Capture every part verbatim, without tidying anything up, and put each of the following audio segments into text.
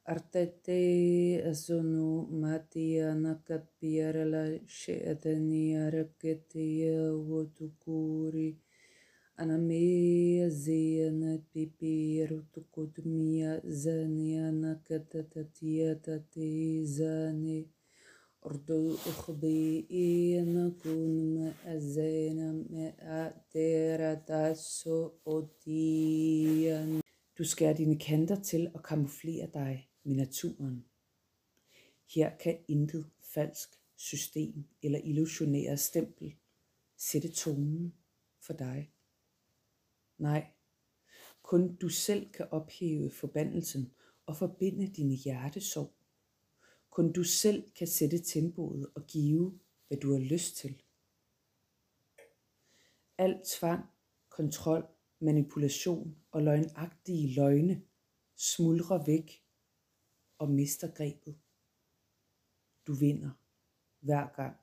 Artete asunu matia nakapirala sheatania raketia wotukuri anamea ziana pipiru tukutumia zania nakatatatia tate zane ordo ukhbi ina kunma azena me atera taso odian. Du skærer dine kanter til og kamuflerer dig med naturen. Her kan intet falsk system eller illusioneret stempel sætte tonen for dig. Nej, kun du selv kan ophæve forbandelsen og forbinde dine hjertesorg. Kun du selv kan sætte tempoet og give, hvad du har lyst til. Al tvang, kontrol, manipulation og løgnagtige løgne smuldrer væk og mister grebet. Du vinder hver gang.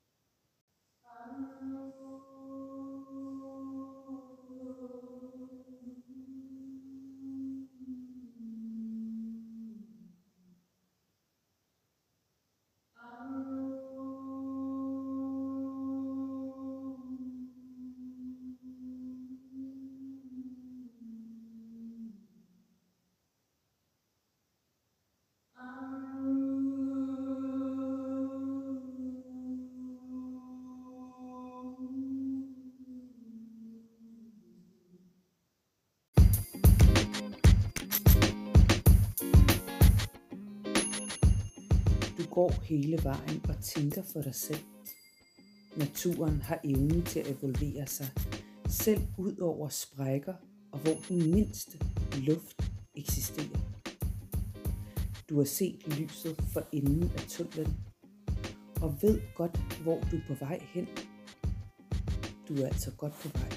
Du går hele vejen og tænker for dig selv. Naturen har evnen til at evolvere sig, selv ud over sprækker og hvor den mindste luft eksisterer. Du har set lyset for enden af tunnelen og ved godt, hvor du er på vej hen. Du er altså godt på vej.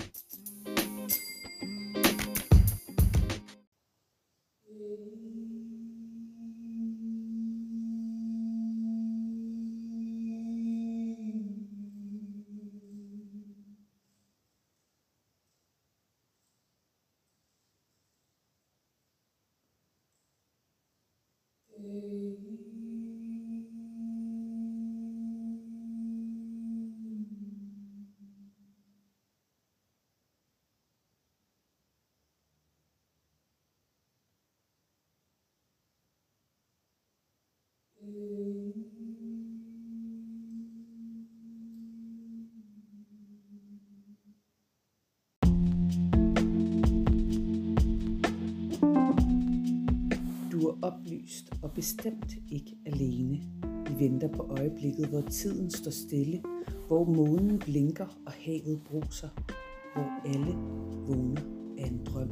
Du er oplyst og bestemt ikke alene. Vi venter på øjeblikket, hvor tiden står stille, hvor månen blinker og havet bruser, hvor alle vågner af en drøm.